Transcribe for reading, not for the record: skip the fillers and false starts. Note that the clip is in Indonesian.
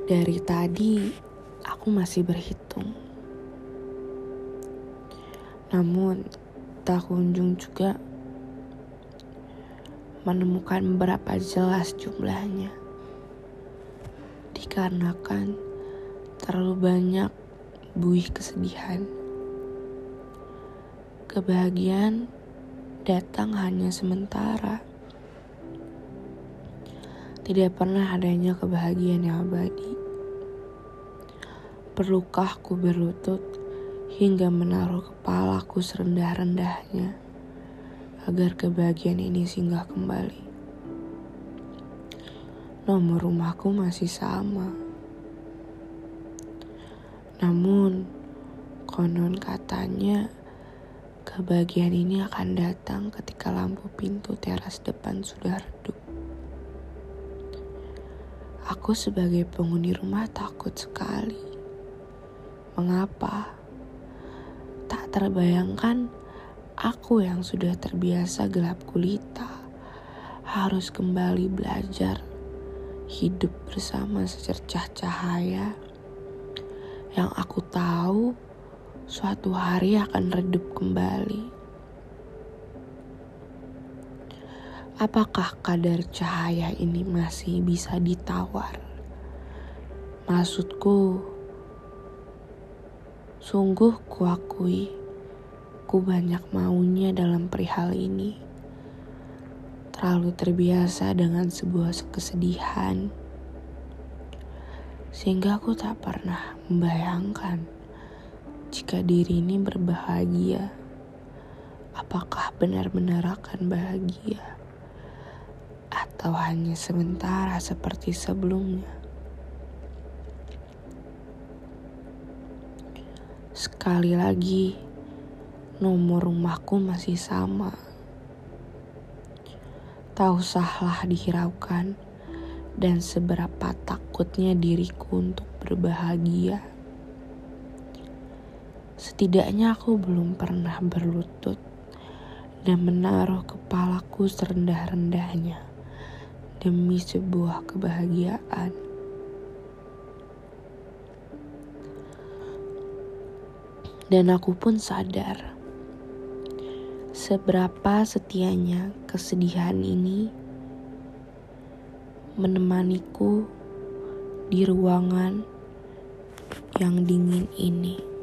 Dari tadi aku masih berhitung. Namun tak kunjung juga menemukan berapa jelas jumlahnya. Dikarenakan terlalu banyak buih kesedihan. Kebahagiaan datang hanya sementara. Tidak pernah adanya kebahagiaan yang abadi. Perlukah ku berlutut hingga menaruh kepalaku serendah-rendahnya agar kebahagiaan ini singgah kembali? Nomor rumahku masih sama. Namun, konon katanya kebahagiaan ini akan datang ketika lampu pintu teras depan sudah redup. Aku sebagai penghuni rumah takut sekali. Mengapa? Tak terbayangkan aku yang sudah terbiasa gelap gulita harus kembali belajar hidup bersama secercah cahaya yang aku tahu suatu hari akan redup kembali. Apakah kadar cahaya ini masih bisa ditawar? Maksudku, sungguh kuakui, ku banyak maunya dalam perihal ini. Terlalu terbiasa dengan sebuah kesedihan, sehingga aku tak pernah membayangkan jika diri ini berbahagia, apakah benar-benar akan bahagia? Atau hanya sementara seperti sebelumnya. Sekali lagi, nomor rumahku masih sama. Tak usahlah dihiraukan dan seberapa takutnya diriku untuk berbahagia. Setidaknya aku belum pernah berlutut dan menaruh kepalaku serendah-rendahnya demi sebuah kebahagiaan. Dan aku pun sadar seberapa setianya kesedihan ini menemaniku di ruangan yang dingin ini.